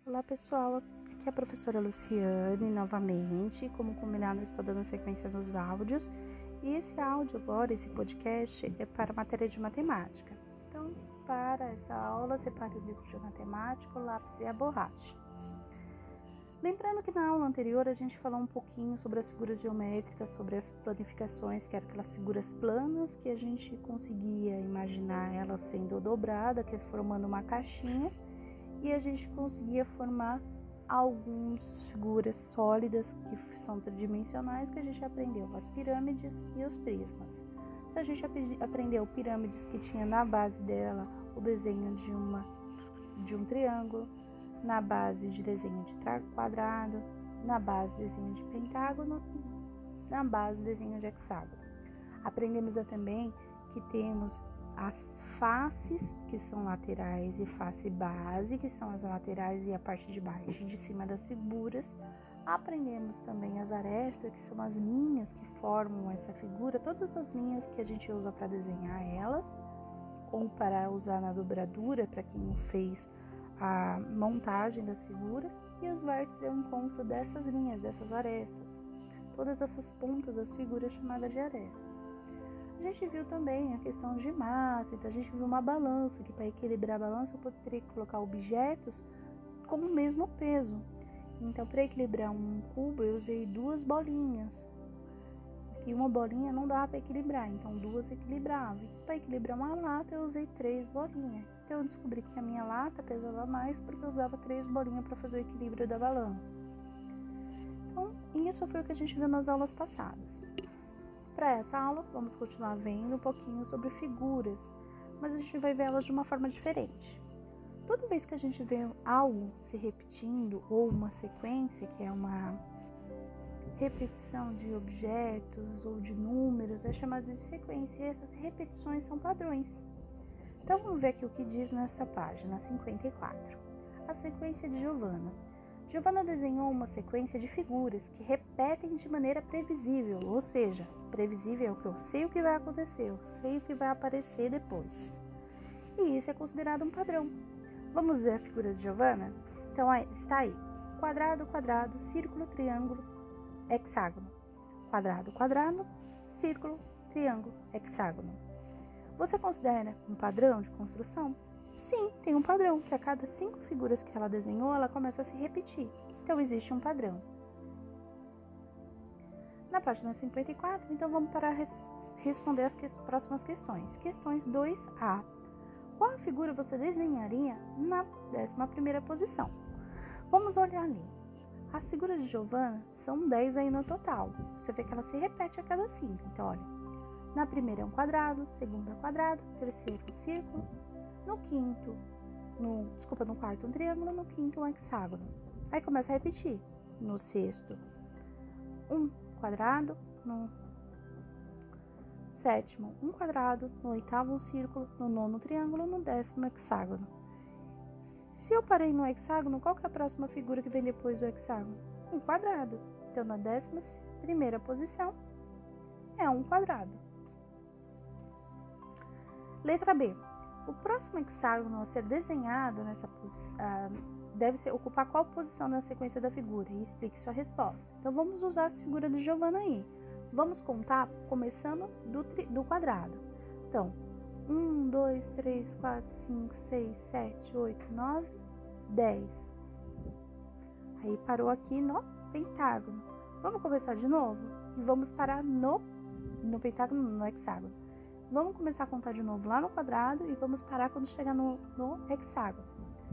Olá pessoal, aqui é a professora Luciane novamente. Como combinado, eu estou dando sequência nos áudios. E esse áudio agora, esse podcast, é para a matéria de matemática. Então, para essa aula, separe o livro de matemática, o lápis e a borracha. Lembrando que na aula anterior a gente falou um pouquinho sobre as figuras geométricas, sobre as planificações, que eram aquelas figuras planas que a gente conseguia imaginar elas sendo dobrada, que é formando uma caixinha, e a gente conseguia formar algumas figuras sólidas que são tridimensionais, que a gente aprendeu, as pirâmides e os prismas. Então, a gente aprendeu pirâmides que tinha na base dela o desenho de um triângulo, na base de desenho de quadrado, na base desenho de pentágono, na base desenho de hexágono. Aprendemos também que temos as faces, que são laterais, e face base, que são as laterais e a parte de baixo e de cima das figuras. Aprendemos também as arestas, que são as linhas que formam essa figura, todas as linhas que a gente usa para desenhar elas, ou para usar na dobradura, para quem fez a montagem das figuras, e os vértices é o encontro dessas linhas, dessas arestas, todas essas pontas das figuras chamadas de arestas. A gente viu também a questão de massa, então a gente viu uma balança, que para equilibrar a balança eu poderia colocar objetos com o mesmo peso. Então, para equilibrar um cubo eu usei duas bolinhas, e uma bolinha não dá para equilibrar, então duas equilibravam. Para equilibrar uma lata eu usei 3 bolinhas. Então eu descobri que a minha lata pesava mais porque eu usava 3 bolinhas para fazer o equilíbrio da balança. Então, isso foi o que a gente viu nas aulas passadas. Para essa aula, vamos continuar vendo um pouquinho sobre figuras, mas a gente vai ver elas de uma forma diferente. Toda vez que a gente vê algo se repetindo, ou uma sequência, que é uma repetição de objetos ou de números, é chamado de sequência, e essas repetições são padrões. Então, vamos ver aqui o que diz nessa página 54. A sequência de Giovanna. Giovanna desenhou uma sequência de figuras que repetem de maneira previsível, ou seja, previsível é o que eu sei o que vai acontecer, eu sei o que vai aparecer depois. E isso é considerado um padrão. Vamos ver a figura de Giovanna? Então, está aí, quadrado, quadrado, círculo, triângulo, hexágono. Quadrado, quadrado, círculo, triângulo, hexágono. Você considera um padrão de construção? Sim, tem um padrão, que a cada 5 figuras que ela desenhou, ela começa a se repetir. Então, existe um padrão. Na página 54, então vamos para responder as próximas questões. Questões 2A. Qual a figura você desenharia na 11ª posição? Vamos olhar ali. As figuras de Giovanna são 10 aí no total. Você vê que ela se repete a cada 5. Então, olha, na primeira é um quadrado, segunda quadrado, terceiro um círculo, no quarto um triângulo, no quinto um hexágono. Aí começa a repetir. No sexto, um quadrado, no sétimo, um quadrado, no oitavo um círculo, no nono triângulo, no 10º hexágono. Se eu parei no hexágono, qual que é a próxima figura que vem depois do hexágono? Um quadrado. Então, na 11ª posição, é um quadrado. Letra B. O próximo hexágono a ser desenhado nessa deve ocupar qual posição na sequência da figura? E explique sua resposta. Então, vamos usar as figuras de Giovanna aí. Vamos contar começando do quadrado. Então, 1, 2, 3, 4, 5, 6, 7, 8, 9, 10. Aí parou aqui no pentágono. Vamos começar de novo? E vamos parar no pentágono, no hexágono. Vamos começar a contar de novo lá no quadrado e vamos parar quando chegar no hexágono.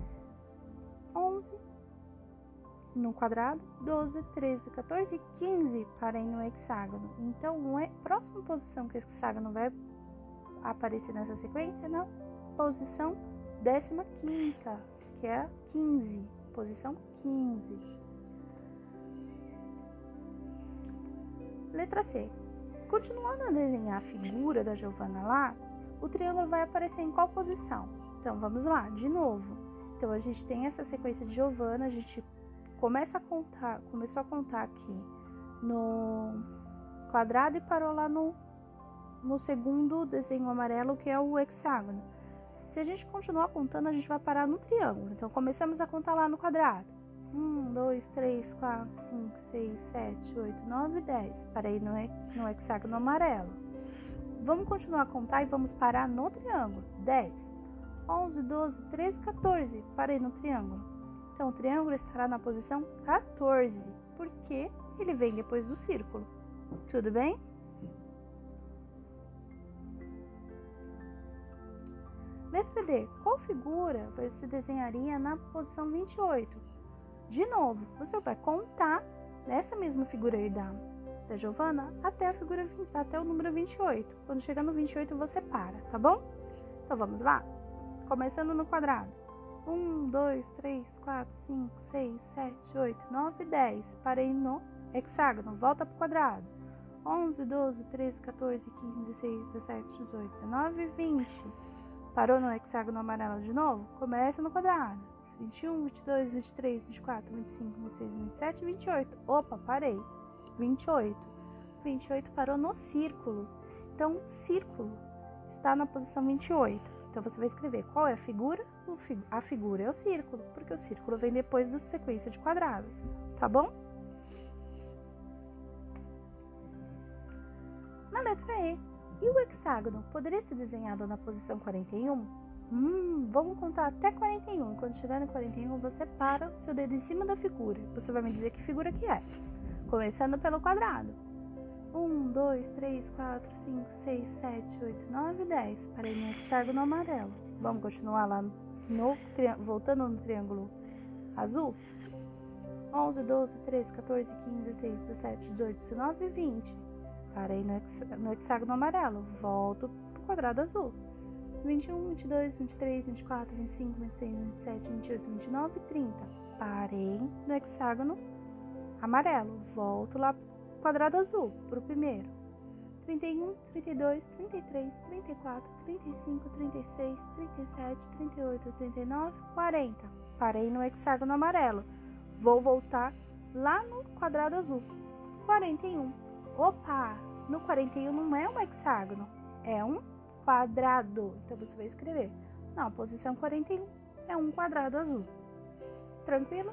11 no quadrado, 12, 13, 14 e 15 parei no hexágono. Então, a próxima posição que o hexágono vai aparecer nessa sequência na posição 15ª, que é a 15, posição 15. Letra C. Continuando a desenhar a figura da Giovanna lá, o triângulo vai aparecer em qual posição? Então, vamos lá, de novo. Então, a gente tem essa sequência de Giovanna, a gente começou a contar aqui no quadrado e parou lá no segundo desenho amarelo, que é o hexágono. Se a gente continuar contando, a gente vai parar no triângulo. Então, começamos a contar lá no quadrado. 1, 2, 3, 4, 5, 6, 7, 8, 9, 10. Parei no hexágono amarelo. Vamos continuar a contar e vamos parar no triângulo. 10, 11, 12, 13, 14. Parei no triângulo. Então, o triângulo estará na posição 14, porque ele vem depois do círculo. Tudo bem? Letra D. Qual figura você desenharia na posição 28? De novo, você vai contar nessa mesma figura aí da Giovana até o número 28. Quando chegar no 28, você para, tá bom? Então, vamos lá? Começando no quadrado. 1, 2, 3, 4, 5, 6, 7, 8, 9, 10. Parei no hexágono. Volta para o quadrado. 11, 12, 13, 14, 15, 16, 17, 18, 19, 20. Parou no hexágono amarelo de novo? Começa no quadrado. 21, 22, 23, 24, 25, 26, 27, 28. Opa, parei. 28. 28 parou no círculo. Então, o círculo está na posição 28. Então, você vai escrever qual é a figura? A figura é o círculo, porque o círculo vem depois da sequência de quadrados. Tá bom? Na letra E. E o hexágono poderia ser desenhado na posição 41? Vamos contar até 41. Quando chegar no 41, você para o seu dedo em cima da figura. Você vai me dizer que figura que é. Começando pelo quadrado. 1, 2, 3, 4, 5, 6, 7, 8, 9, 10. Parei no hexágono amarelo. Vamos continuar lá voltando no triângulo azul. 11, 12, 13, 14, 15, 16, 17, 18, 19, 20. Parei no hexágono amarelo. Volto para o quadrado azul. 21, 22, 23, 24, 25, 26, 27, 28, 29, 30. Parei no hexágono amarelo. Volto lá para o quadrado azul, para o primeiro. 31, 32, 33, 34, 35, 36, 37, 38, 39, 40. Parei no hexágono amarelo. Vou voltar lá no quadrado azul. 41. Opa! No 41 não é um hexágono, é um quadrado. Então, você vai escrever. Na posição 41 é um quadrado azul. Tranquilo?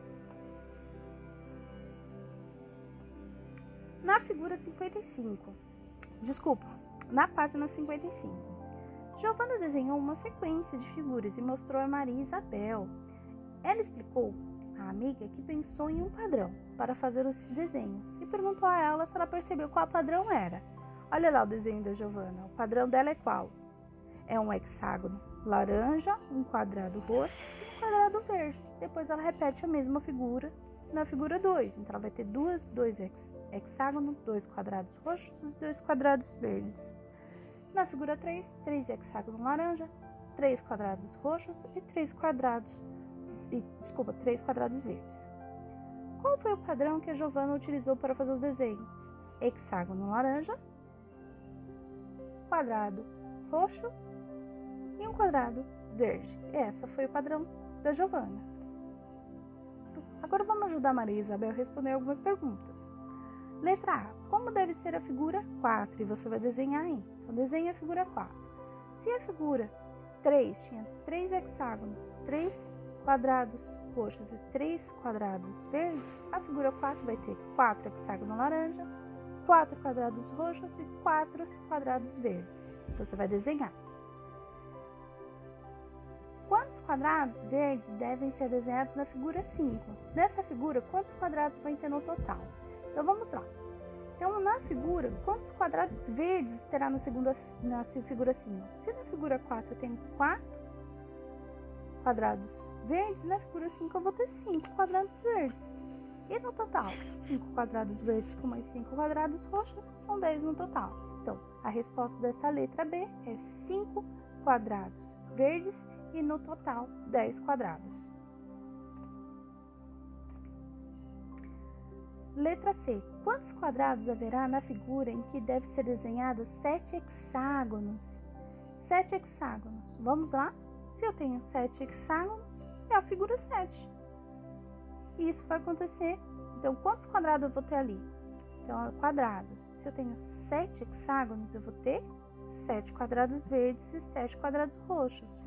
Na figura 55, na página 55, Giovana desenhou uma sequência de figuras e mostrou a Maria Isabel. Ela explicou à amiga que pensou em um padrão para fazer esses desenhos e perguntou a ela se ela percebeu qual padrão era. Olha lá o desenho da Giovana. O padrão dela é qual? É um hexágono laranja, um quadrado roxo e um quadrado verde. Depois ela repete a mesma figura na figura 2. Então ela vai ter dois hexágonos, 2 quadrados roxos e 2 quadrados verdes. Na figura 3, 3 hexágonos laranja, 3 quadrados roxos e 3 quadrados verdes. Qual foi o padrão que a Giovana utilizou para fazer os desenhos? Hexágono laranja, quadrado roxo e um quadrado verde. Esse foi o padrão da Giovana. Agora vamos ajudar a Maria Isabel a responder algumas perguntas. Letra A. Como deve ser a figura 4? E você vai desenhar aí. Então, desenhe a figura 4. Se a figura 3 tinha 3 hexágonos, 3 quadrados roxos e 3 quadrados verdes, a figura 4 vai ter 4 hexágonos laranja, 4 quadrados roxos e 4 quadrados verdes. Você vai desenhar. Quantos quadrados verdes devem ser desenhados na figura 5? Nessa figura, quantos quadrados vai ter no total? Então, vamos lá. Então, na figura, quantos quadrados verdes terá na figura 5? Se na figura 4 eu tenho 4 quadrados verdes, na figura 5 eu vou ter 5 quadrados verdes. E no total, 5 quadrados verdes com mais 5 quadrados roxos são 10 no total. Então, a resposta dessa letra B é 5 quadrados verdes e no total 10 quadrados. Letra C. Quantos quadrados haverá na figura em que deve ser desenhada 7 hexágonos? 7 hexágonos. Vamos lá? Se eu tenho 7 hexágonos, é a figura 7. E isso vai acontecer. Então, quantos quadrados eu vou ter ali? Então, quadrados. Se eu tenho 7 hexágonos, eu vou ter 7 quadrados verdes e 7 quadrados roxos.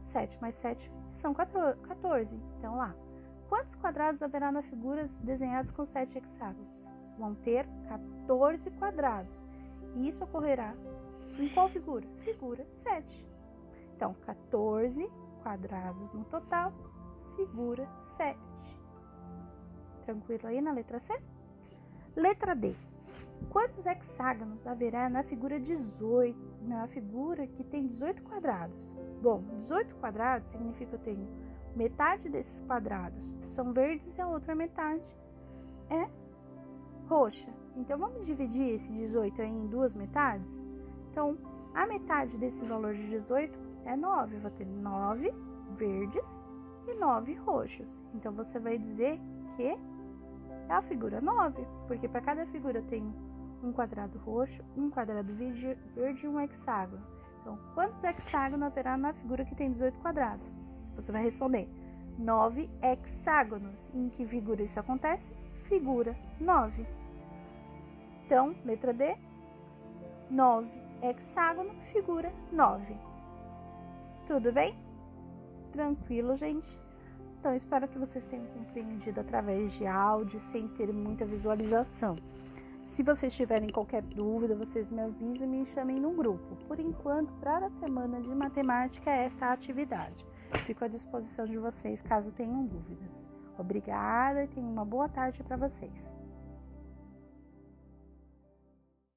7 mais 7 são 14. Então, lá. Quantos quadrados haverá nas figuras desenhadas com 7 hexágonos? Vão ter 14 quadrados. E isso ocorrerá em qual figura? Figura 7. Então, 14 quadrados no total, figura 7. Tranquilo aí na letra C? Letra D. Quantos hexágonos haverá na figura 18? Na figura que tem 18 quadrados? Bom, 18 quadrados significa que eu tenho metade desses quadrados são verdes e a outra metade é roxa. Então, vamos dividir esse 18 aí em duas metades? Então, a metade desse valor de 18 é 9. Eu vou ter 9 verdes e 9 roxos. Então, você vai dizer que é a figura 9, porque para cada figura eu tenho um quadrado roxo, um quadrado verde e um hexágono. Então, quantos hexágonos haverá na figura que tem 18 quadrados? Você vai responder 9 hexágonos. Em que figura isso acontece? Figura 9. Então, letra D, 9 hexágono, figura 9. Tudo bem? Tranquilo, gente? Então, espero que vocês tenham compreendido através de áudio, sem ter muita visualização. Se vocês tiverem qualquer dúvida, vocês me avisem e me chamem no grupo. Por enquanto, para a semana de matemática, é esta a atividade. Fico à disposição de vocês caso tenham dúvidas. Obrigada e tenham uma boa tarde para vocês.